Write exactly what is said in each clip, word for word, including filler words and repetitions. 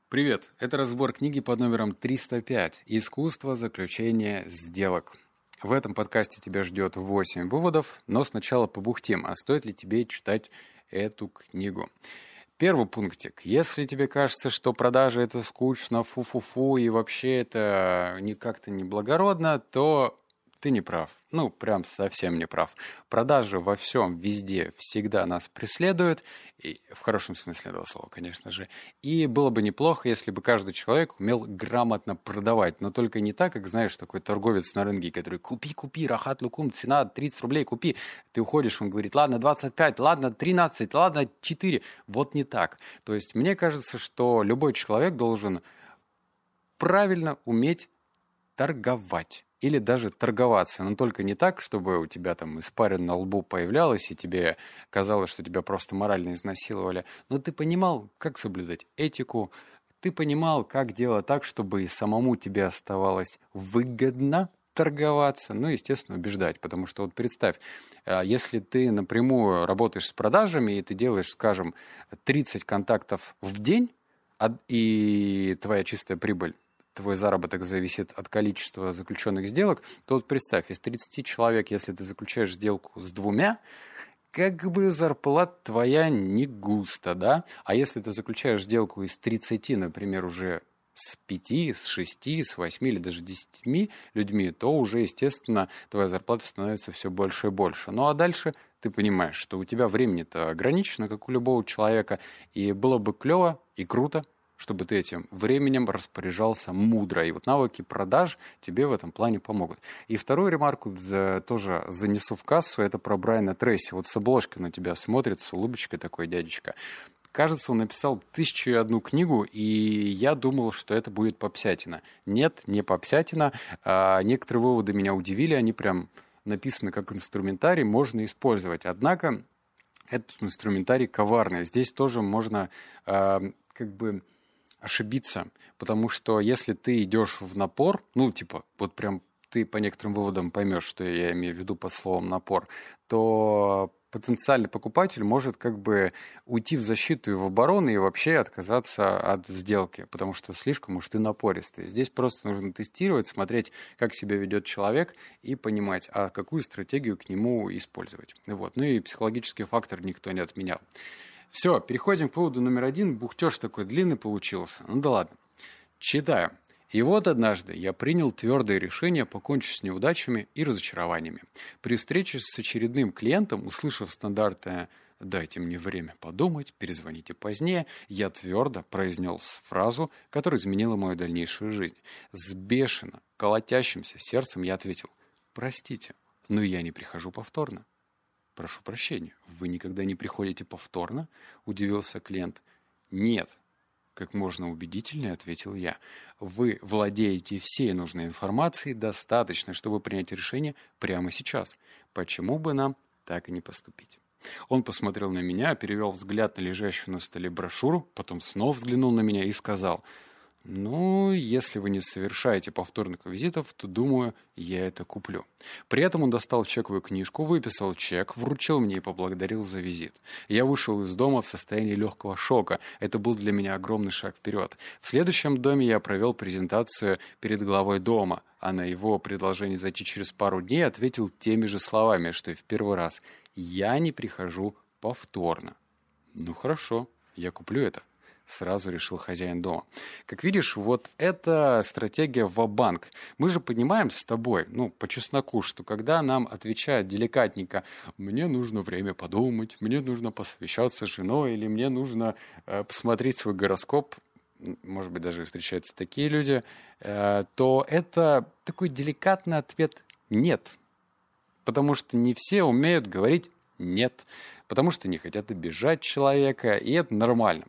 Привет! Это разбор книги под номером триста пять «Искусство заключения сделок». В этом подкасте тебя ждет восемь выводов, но сначала побухтим, а стоит ли тебе читать эту книгу. Первый пунктик. Если тебе кажется, что продажи это скучно, фу-фу-фу, и вообще это не как-то неблагородно, то ты не прав. Ну, прям совсем не прав. Продажи во всем, везде, всегда нас преследуют. И в хорошем смысле этого слова, конечно же. И было бы неплохо, если бы каждый человек умел грамотно продавать. Но только не так, как, знаешь, такой торговец на рынке, который «купи, купи, рахат лукум, цена тридцать рублей, купи». Ты уходишь, он говорит «ладно, двадцать пять, ладно, тринадцать, ладно, четыре». Вот не так. То есть мне кажется, что любой человек должен правильно уметь торговать. Или даже торговаться, но только не так, чтобы у тебя там испарина на лбу появлялась, и тебе казалось, что тебя просто морально изнасиловали. Но ты понимал, как соблюдать этику, ты понимал, как делать так, чтобы и самому тебе оставалось выгодно торговаться, ну, естественно, убеждать. Потому что вот представь, если ты напрямую работаешь с продажами, и ты делаешь, скажем, тридцать контактов в день, и твоя чистая прибыль, твой заработок зависит от количества заключенных сделок, то вот представь, из тридцати человек, если ты заключаешь сделку с двумя, как бы зарплата твоя не густо, да? А если ты заключаешь сделку из тридцати, например, уже с пяти, с шести, с восьми или даже десятьми людьми, то уже, естественно, твоя зарплата становится все больше и больше. Ну а дальше ты понимаешь, что у тебя времени-то ограничено, как у любого человека, и было бы клево и круто, чтобы ты этим временем распоряжался мудро. И вот навыки продаж тебе в этом плане помогут. И вторую ремарку за, тоже занесу в кассу, это про Брайана Трейси. Вот с обложки на тебя смотрит, с улыбочкой такой дядечка. Кажется, он написал тысячу и одну книгу, и я думал, что это будет попсятина. Нет, не попсятина. А некоторые выводы меня удивили, они прям написаны как инструментарий, можно использовать. Однако этот инструментарий коварный. Здесь тоже можно а, как бы ошибиться, потому что если ты идешь в напор, ну, типа, вот прям ты по некоторым выводам поймешь, что я имею в виду под словом напор, то потенциальный покупатель может как бы уйти в защиту и в оборону и вообще отказаться от сделки, потому что слишком уж ты напористый. Здесь просто нужно тестировать, смотреть, как себя ведет человек и понимать, а какую стратегию к нему использовать. Вот. Ну и психологический фактор никто не отменял. Все, переходим к выводу номер один. Бухтеж такой длинный получился. Ну да ладно. Читаю. И вот однажды я принял твердое решение покончить с неудачами и разочарованиями. При встрече с очередным клиентом, услышав стандартное «дайте мне время подумать, перезвоните позднее», я твердо произнес фразу, которая изменила мою дальнейшую жизнь. С бешено колотящимся сердцем я ответил «простите, но я не прихожу повторно». «Прошу прощения, вы никогда не приходите повторно?» – удивился клиент. «Нет», – как можно убедительнее ответил я. «Вы владеете всей нужной информацией достаточно, чтобы принять решение прямо сейчас. Почему бы нам так и не поступить?» Он посмотрел на меня, перевел взгляд на лежащую на столе брошюру, потом снова взглянул на меня и сказал: «Ну, если вы не совершаете повторных визитов, то, думаю, я это куплю». При этом он достал чековую книжку, выписал чек, вручил мне и поблагодарил за визит. Я вышел из дома в состоянии легкого шока. Это был для меня огромный шаг вперед. В следующем доме я провел презентацию перед главой дома, а на его предложение зайти через пару дней ответил теми же словами, что и в первый раз. «Я не прихожу повторно». «Ну хорошо, я куплю это», — сразу решил хозяин дома. Как видишь, вот это стратегия ва-банк. Мы же понимаем с тобой, ну, по чесноку, что когда нам отвечают деликатненько «мне нужно время подумать», «мне нужно посовещаться с женой» или «мне нужно э, посмотреть свой гороскоп», может быть, даже встречаются такие люди, э, то это такой деликатный ответ «нет». Потому что не все умеют говорить «нет», потому что не хотят обижать человека, и это нормально.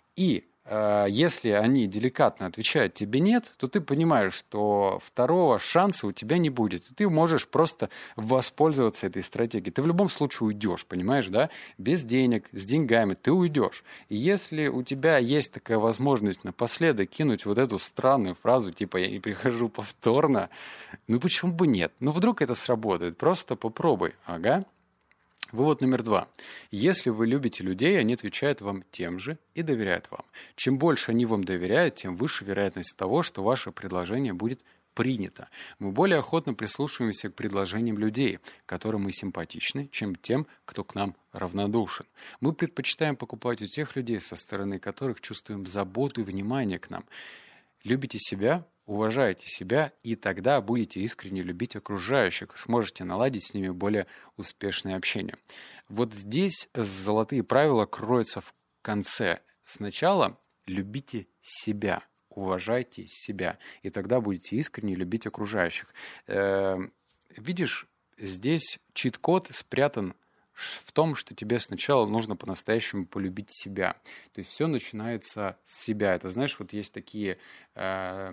И э, если они деликатно отвечают тебе «нет», то ты понимаешь, что второго шанса у тебя не будет. И ты можешь просто воспользоваться этой стратегией. Ты в любом случае уйдешь, понимаешь, да? Без денег, с деньгами ты уйдешь. И если у тебя есть такая возможность напоследок кинуть вот эту странную фразу, типа «я не прихожу повторно», ну почему бы нет? Ну вдруг это сработает, просто попробуй, ага. Вывод номер два. Если вы любите людей, они отвечают вам тем же и доверяют вам. Чем больше они вам доверяют, тем выше вероятность того, что ваше предложение будет принято. Мы более охотно прислушиваемся к предложениям людей, которым мы симпатичны, чем тем, кто к нам равнодушен. Мы предпочитаем покупать у тех людей, со стороны которых чувствуем заботу и внимание к нам. Любите себя, уважайте себя, и тогда будете искренне любить окружающих, сможете наладить с ними более успешное общение. Вот здесь золотые правила кроются в конце. Сначала любите себя, уважайте себя, и тогда будете искренне любить окружающих. Э, видишь, здесь чит-код спрятан в том, что тебе сначала нужно по-настоящему полюбить себя. То есть все начинается с себя. Это, знаешь, вот есть такие э,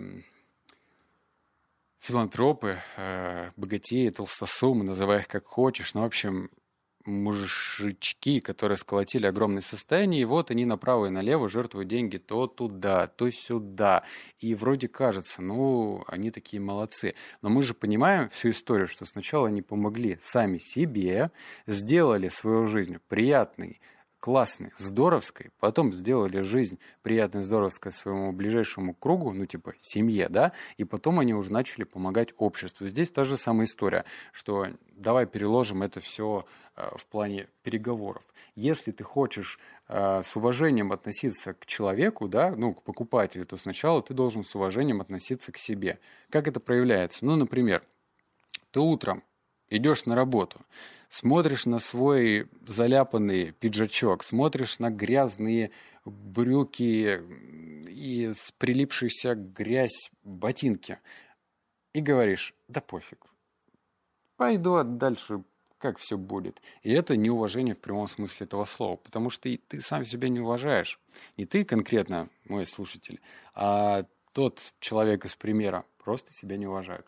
филантропы, э, богатеи, толстосумы, называй их как хочешь. Ну, в общем, мужички, которые сколотили огромное состояние, и вот они направо и налево жертвуют деньги то туда, то сюда. И вроде кажется, ну, они такие молодцы. Но мы же понимаем всю историю, что сначала они помогли сами себе, сделали свою жизнь приятной, классной, здоровской, потом сделали жизнь приятной, здоровской своему ближайшему кругу, ну, типа, семье, да, и потом они уже начали помогать обществу. Здесь та же самая история, что давай переложим это все э, в плане переговоров. Если ты хочешь э, с уважением относиться к человеку, да, ну, к покупателю, то сначала ты должен с уважением относиться к себе. Как это проявляется? Ну, например, ты утром идешь на работу, смотришь на свой заляпанный пиджачок, смотришь на грязные брюки и с прилипшейся грязь ботинки и говоришь, да пофиг, пойду дальше, как все будет. И это неуважение в прямом смысле этого слова, потому что и ты сам себя не уважаешь. Не ты конкретно, мой слушатель, а тот человек из примера просто себя не уважает.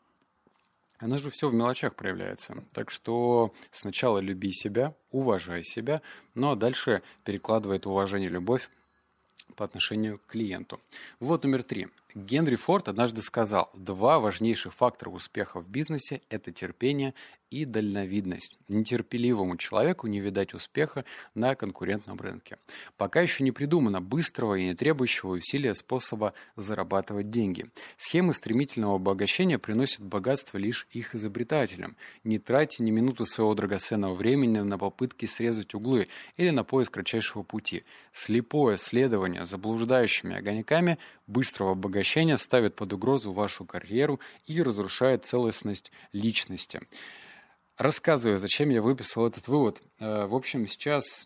Оно же все в мелочах проявляется. Так что сначала люби себя, уважай себя, ну а дальше перекладывай это уважение и любовь по отношению к клиенту. Вот номер три. Генри Форд однажды сказал, два важнейших фактора успеха в бизнесе – это терпение и дальновидность. Нетерпеливому человеку не видать успеха на конкурентном рынке. Пока еще не придумано быстрого и не требующего усилия способа зарабатывать деньги. Схемы стремительного обогащения приносят богатство лишь их изобретателям. Не тратьте ни минуты своего драгоценного времени на попытки срезать углы или на поиск кратчайшего пути. Слепое следование за блуждающими огоньками быстрого обогащения ставит под угрозу вашу карьеру и разрушает целостность личности. Рассказываю, зачем я выписал этот вывод. В общем, сейчас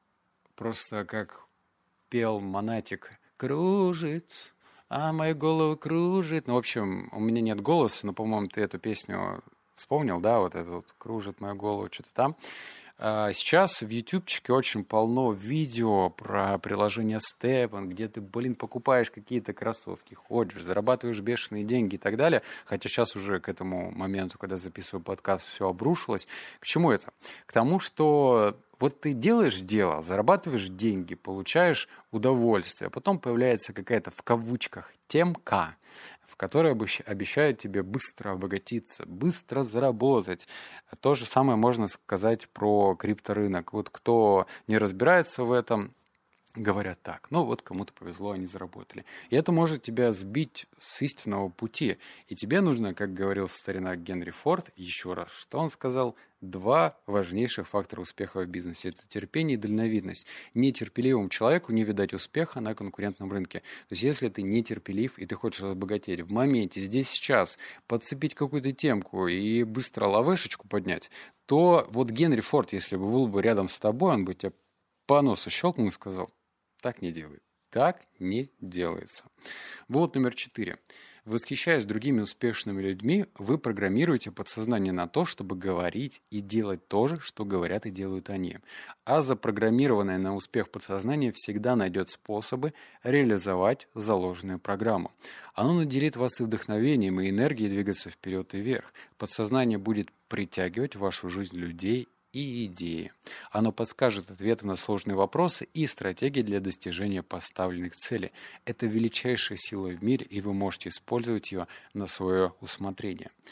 просто как пел Монатик, кружит, а моя голова кружит. Ну, в общем, у меня нет голоса, но, по-моему, ты эту песню вспомнил, да, вот это вот кружит мою голову, что-то там. Сейчас в ютубчике очень полно видео про приложение Степан, где ты, блин, покупаешь какие-то кроссовки, ходишь, зарабатываешь бешеные деньги и так далее. Хотя сейчас уже к этому моменту, когда записываю подкаст, все обрушилось. К чему это? К тому, что вот ты делаешь дело, зарабатываешь деньги, получаешь удовольствие, а потом появляется какая-то в кавычках темка, в которой обещают тебе быстро обогатиться, быстро заработать. То же самое можно сказать про крипторынок. Вот кто не разбирается в этом, говорят так, ну вот кому-то повезло, они заработали. И это может тебя сбить с истинного пути. И тебе нужно, как говорил старина Генри Форд, еще раз, что он сказал, два важнейших фактора успеха в бизнесе. Это терпение и дальновидность. Нетерпеливому человеку не видать успеха на конкурентном рынке. То есть если ты нетерпелив и ты хочешь разбогатеть в моменте, здесь, сейчас, подцепить какую-то темку и быстро лавешечку поднять, то вот Генри Форд, если бы был бы рядом с тобой, он бы тебя по носу щелкнул и сказал, так не делай. Так не делается. Вывод номер четыре. Восхищаясь другими успешными людьми, вы программируете подсознание на то, чтобы говорить и делать то же, что говорят и делают они. А запрограммированное на успех подсознание всегда найдет способы реализовать заложенную программу. Оно наделит вас и вдохновением, и энергией двигаться вперед и вверх. Подсознание будет притягивать в вашу жизнь людей и идеи. Оно подскажет ответы на сложные вопросы и стратегии для достижения поставленных целей. Это величайшая сила в мире, и вы можете использовать ее на свое усмотрение.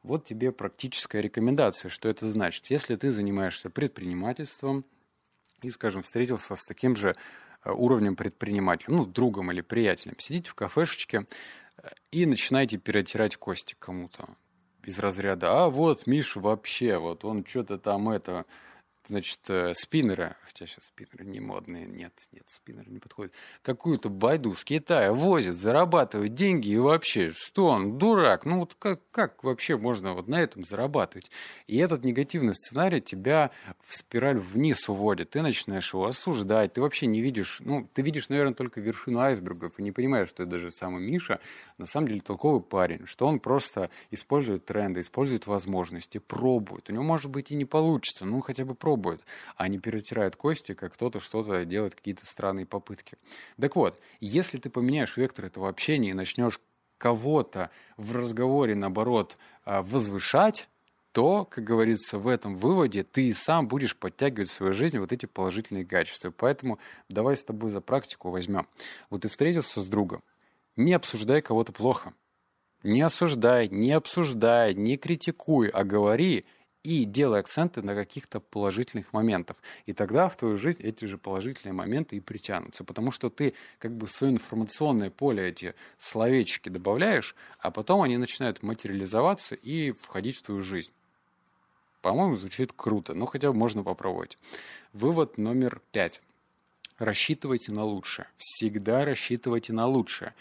Вот тебе практическая рекомендация, что это значит. Если ты занимаешься предпринимательством и, скажем, встретился с таким же уровнем предпринимателя, ну, с другом или приятелем, сидите в кафешечке и начинаете перетирать кости кому-то из разряда: а вот Миша вообще, вот он что-то там это... Значит, спиннеры, хотя сейчас спиннеры не модные, нет, нет, спиннеры не подходят, какую-то байду с Китая возит, зарабатывает деньги, и вообще, что он, дурак, ну вот как, как вообще можно вот на этом зарабатывать? И этот негативный сценарий тебя в спираль вниз уводит, ты начинаешь его осуждать, ты вообще не видишь, ну, ты видишь, наверное, только вершину айсбергов, и не понимаешь, что это даже самый Миша, на самом деле толковый парень, что он просто использует тренды, использует возможности, пробует, у него, может быть, и не получится, ну, хотя бы пробует. Будет, а не перетирает кости, как кто-то что-то делает, какие-то странные попытки. Так вот, если ты поменяешь вектор этого общения и начнешь кого-то в разговоре, наоборот, возвышать, то, как говорится, в этом выводе ты сам будешь подтягивать в свою жизнь вот эти положительные качества. Поэтому давай с тобой за практику возьмем. Вот ты встретился с другом, не обсуждай кого-то плохо. Не осуждай, не обсуждай, не критикуй, а говори и делай акценты на каких-то положительных моментах. И тогда в твою жизнь эти же положительные моменты и притянутся. Потому что ты как бы в свое информационное поле эти словечки добавляешь, а потом они начинают материализоваться и входить в твою жизнь. По-моему, звучит круто, но хотя бы можно попробовать. Вывод номер пять. Рассчитывайте на лучшее. Всегда рассчитывайте на лучшее.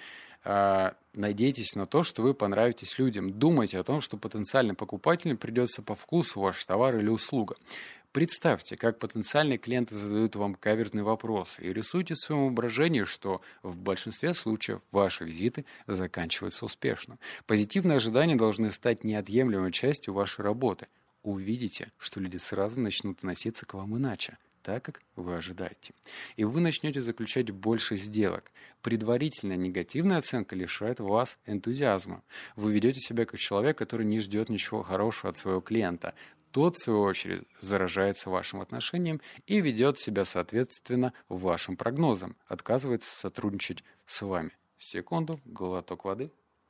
Надейтесь на то, что вы понравитесь людям. Думайте о том, что потенциальным покупателям придется по вкусу ваш товар или услуга. Представьте, как потенциальные клиенты задают вам каверзные вопросы, и рисуйте в своем воображении, что в большинстве случаев ваши визиты заканчиваются успешно. Позитивные ожидания должны стать неотъемлемой частью вашей работы. Увидите, что люди сразу начнут относиться к вам иначе, так, как вы ожидаете. И вы начнете заключать больше сделок. Предварительная негативная оценка лишает вас энтузиазма. Вы ведете себя как человек, который не ждет ничего хорошего от своего клиента. Тот, в свою очередь, заражается вашим отношением и ведет себя соответственно вашим прогнозам, отказывается сотрудничать с вами. Секунду, глоток воды.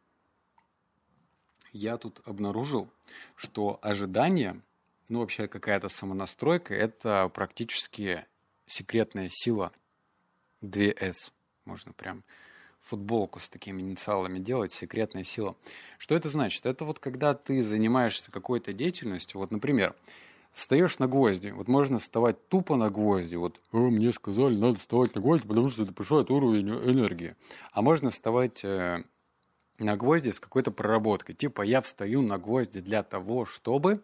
Я тут обнаружил, что ожидание, ну, вообще какая-то самонастройка – это практически секретная сила. два эс. Можно прям футболку с такими инициалами делать, секретная сила. Что это значит? Это вот когда ты занимаешься какой-то деятельностью, вот, например, встаешь на гвозди. Вот можно вставать тупо на гвозди. Вот, «О, мне сказали, надо вставать на гвозди, потому что это повышает уровень энергии». А можно вставать э, на гвозди с какой-то проработкой. Типа я встаю на гвозди для того, чтобы...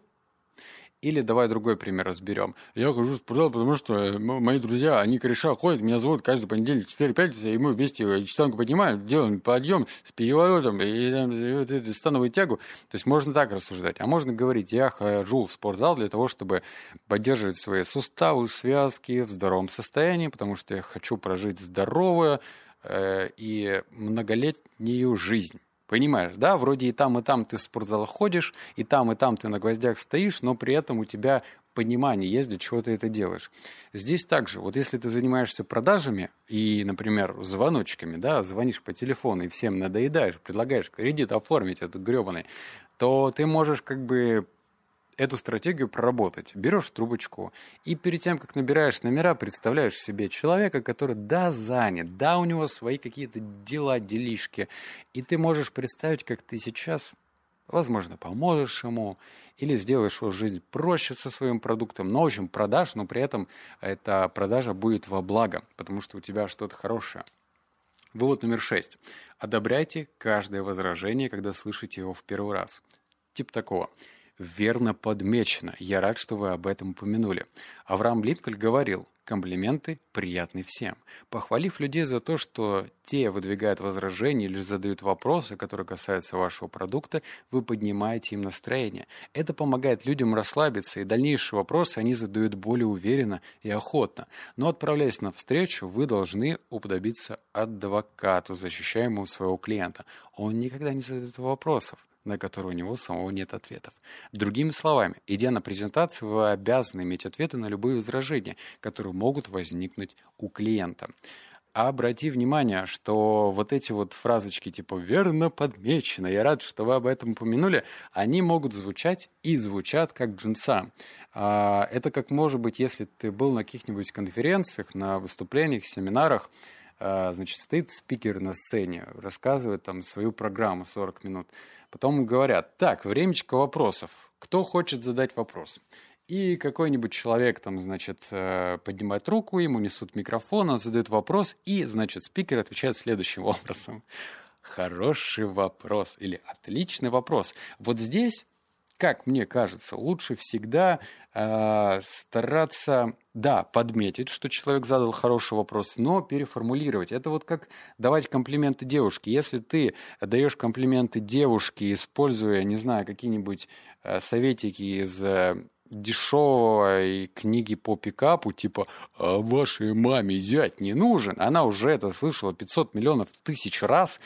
Или давай другой пример разберем. Я хожу в спортзал, потому что мои друзья, они кореша ходят, меня зовут каждый понедельник, четыре-пятница, и мы вместе штангу поднимаем, делаем подъем с переворотом и, там, и вот эту становую тягу. То есть можно так рассуждать. А можно говорить, я хожу в спортзал для того, чтобы поддерживать свои суставы, связки в здоровом состоянии, потому что я хочу прожить здоровую э, и многолетнюю жизнь. Понимаешь, да? Вроде и там, и там ты в спортзал ходишь, и там, и там ты на гвоздях стоишь, но при этом у тебя понимание есть, для чего ты это делаешь. Здесь также, вот если ты занимаешься продажами и, например, звоночками, да, звонишь по телефону и всем надоедаешь, предлагаешь кредит оформить этот гребаный, то ты можешь как бы эту стратегию проработать. Берешь трубочку и перед тем, как набираешь номера, представляешь себе человека, который, да, занят, да, у него свои какие-то дела, делишки, и ты можешь представить, как ты сейчас, возможно, поможешь ему или сделаешь его жизнь проще со своим продуктом, но, в общем, продашь, но при этом эта продажа будет во благо, потому что у тебя что-то хорошее. Вывод номер шесть. Одобряйте каждое возражение, когда слышите его в первый раз. Тип такого. Верно подмечено. Я рад, что вы об этом упомянули. Авраам Линкольн говорил, комплименты приятны всем. Похвалив людей за то, что те выдвигают возражения или задают вопросы, которые касаются вашего продукта, вы поднимаете им настроение. Это помогает людям расслабиться, и дальнейшие вопросы они задают более уверенно и охотно. Но отправляясь на встречу, вы должны уподобиться адвокату, защищаемому своего клиента. Он никогда не задает вопросов, на которые у него самого нет ответов. Другими словами, идя на презентацию, вы обязаны иметь ответы на любые возражения, которые могут возникнуть у клиента. Обрати внимание, что вот эти вот фразочки типа «верно подмечено», я рад, что вы об этом упомянули, они могут звучать и звучат как джинса. А, Это как может быть, если ты был на каких-нибудь конференциях, на выступлениях, семинарах, а, значит, стоит спикер на сцене, рассказывает там свою программу сорок минут. Потом говорят: так, времечко вопросов. Кто хочет задать вопрос? И какой-нибудь человек там, значит, поднимает руку, ему несут микрофон, он задает вопрос, и, значит, спикер отвечает следующим образом. Хороший вопрос или отличный вопрос. Вот здесь, как мне кажется, лучше всегда э, стараться, да, подметить, что человек задал хороший вопрос, но переформулировать. Это вот как давать комплименты девушке. Если ты даешь комплименты девушке, используя, не знаю, какие-нибудь э, советики из... Э, дешевой книги по пикапу, типа «А вашей маме зять не нужен», она уже это слышала пятьсот миллионов тысяч раз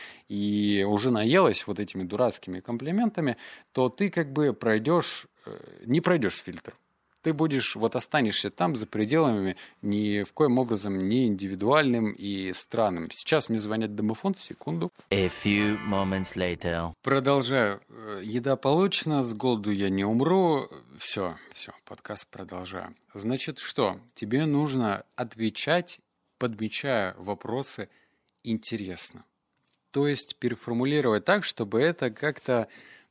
и уже наелась вот этими дурацкими комплиментами, то ты как бы пройдешь, не пройдешь фильтр. Ты будешь, вот останешься там за пределами ни в коем образом не индивидуальным и странным. Сейчас мне звонят домофон, секунду. A few moments later. Продолжаю. Еда получена, с голоду я не умру. Все, все, подкаст продолжаю. Значит, что? Тебе нужно отвечать, подмечая вопросы интересно. То есть переформулировать так, чтобы это как-то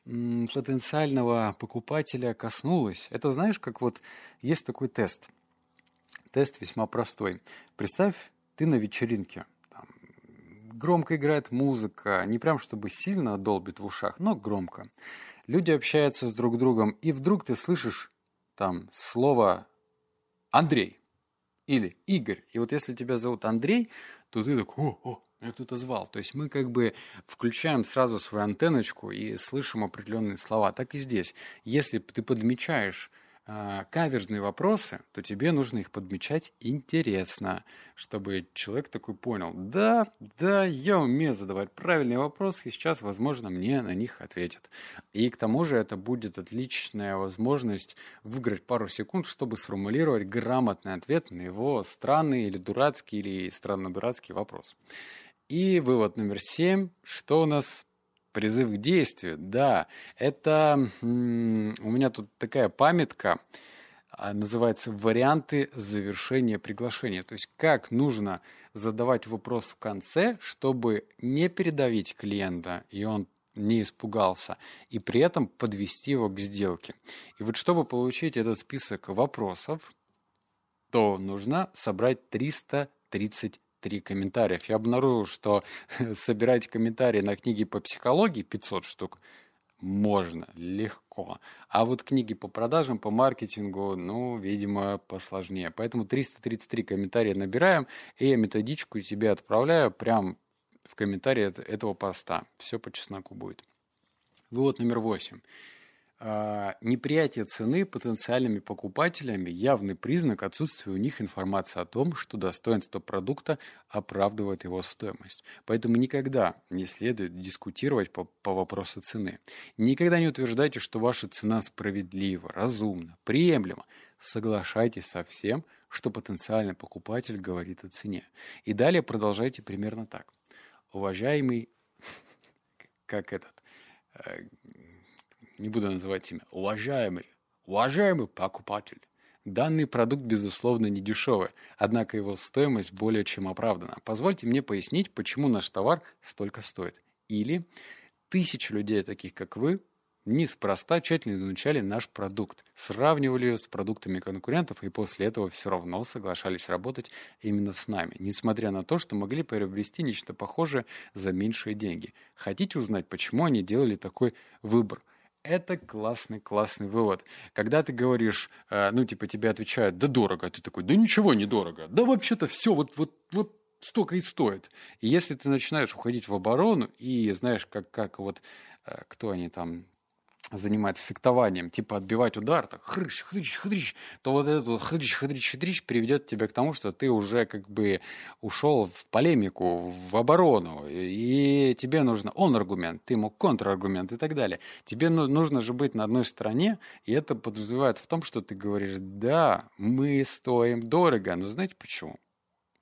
потенциального покупателя коснулось. Это знаешь, как вот есть такой тест. Тест весьма простой. Представь, ты на вечеринке. Там громко играет музыка, не прям чтобы сильно долбит в ушах, но громко. Люди общаются с друг другом, и вдруг ты слышишь там слово «Андрей» или «Игорь». И вот если тебя зовут Андрей, то ты такой «О, о, меня кто-то звал». То есть мы как бы включаем сразу свою антенночку и слышим определенные слова. Так и здесь. Если ты подмечаешь э, каверзные вопросы, то тебе нужно их подмечать интересно, чтобы человек такой понял: да, да, я умею задавать правильные вопросы, и сейчас, возможно, мне на них ответят. И к тому же это будет отличная возможность выиграть пару секунд, чтобы сформулировать грамотный ответ на его странный или дурацкий, или странно-дурацкий вопрос. И вывод номер семь. Что у нас? Призыв к действию. Да, это м- у меня тут такая памятка, называется «Варианты завершения приглашения». То есть как нужно задавать вопрос в конце, чтобы не передавить клиента, и он не испугался, и при этом подвести его к сделке. И вот чтобы получить этот список вопросов, то нужно собрать триста тридцать три комментариев. Я обнаружил, что собирать комментарии на книги по психологии пятьсот штук можно легко. А вот книги по продажам, по маркетингу, ну, видимо, посложнее. Поэтому триста тридцать три комментария набираем, и я методичку тебе отправляю прям в комментарии этого поста. Все по чесноку будет. Вывод номер восемь. Неприятие цены потенциальными покупателями – явный признак отсутствия у них информации о том, что достоинство продукта оправдывает его стоимость. Поэтому никогда не следует дискутировать по, по вопросу цены. Никогда не утверждайте, что ваша цена справедлива, разумна, приемлема. Соглашайтесь со всем, что потенциальный покупатель говорит о цене. И далее продолжайте примерно так. Уважаемый, как этот... не буду называть имя, уважаемый, уважаемый покупатель, данный продукт, безусловно, не дешевый, однако его стоимость более чем оправдана. Позвольте мне пояснить, почему наш товар столько стоит. Или тысячи людей, таких как вы, неспроста тщательно изучали наш продукт, сравнивали его с продуктами конкурентов и после этого все равно соглашались работать именно с нами, несмотря на то, что могли приобрести нечто похожее за меньшие деньги. Хотите узнать, почему они делали такой выбор? Это классный, классный вывод. Когда ты говоришь, э, ну, типа, тебе отвечают, да дорого, а ты такой, да ничего не дорого, да вообще-то все вот, вот, вот столько и стоит. И если ты начинаешь уходить в оборону, и знаешь, как, как вот, э, кто они там занимается фехтованием, типа отбивать удар, так хрыщ, хрыщ, хрыщ, то вот этот вот хрыщ, хрыщ, хрыщ приведет тебя к тому, что ты уже как бы ушел в полемику, в оборону, и тебе нужно он аргумент, ты ему контраргумент и так далее. Тебе нужно же быть на одной стороне, и это подразумевает в том, что ты говоришь, да, мы стоим дорого, но знаете почему?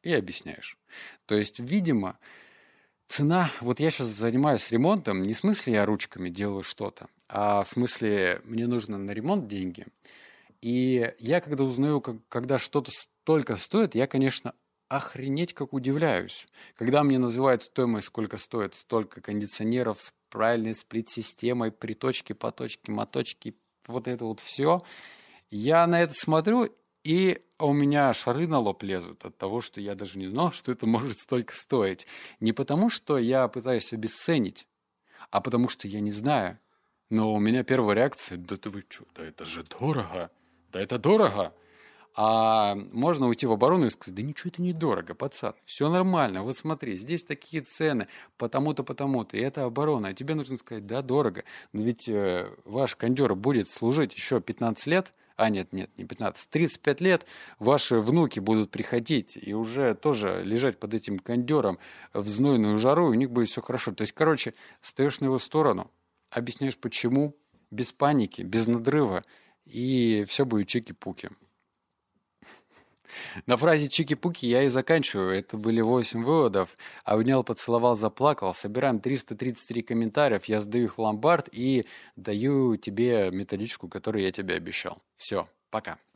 и объясняешь. То есть, видимо, цена... Вот я сейчас занимаюсь ремонтом, не в смысле я ручками делаю что-то, а в смысле мне нужно на ремонт деньги. И я, когда узнаю, как, когда что-то столько стоит, я, конечно, охренеть как удивляюсь. Когда мне называют стоимость, сколько стоит столько кондиционеров с правильной сплит-системой, приточки, поточки, моточки, вот это вот все, я на это смотрю, и у меня шары на лоб лезут от того, что я даже не знал, что это может столько стоить. Не потому, что я пытаюсь обесценить, а потому, что я не знаю. Но у меня первая реакция: да ты вы что, да это же дорого, да это дорого. А можно уйти в оборону и сказать: да ничего, это не дорого, пацан, все нормально, вот смотри, здесь такие цены, потому-то, потому-то, и это оборона. А тебе нужно сказать: да, дорого, но ведь э, ваш кондер будет служить еще пятнадцать лет, а нет, нет, не пятнадцать, тридцать пять лет, ваши внуки будут приходить и уже тоже лежать под этим кондером в знойную жару, и у них будет все хорошо. То есть, короче, встаешь на его сторону, объясняешь почему, без паники, без надрыва, и все будет чики-пуки. На фразе чики-пуки я и заканчиваю. Это были восемь выводов. Обнял, поцеловал, заплакал. Собираем триста тридцать три комментариев. Я сдаю их в ломбард и даю тебе методичку, которую я тебе обещал. Все, пока.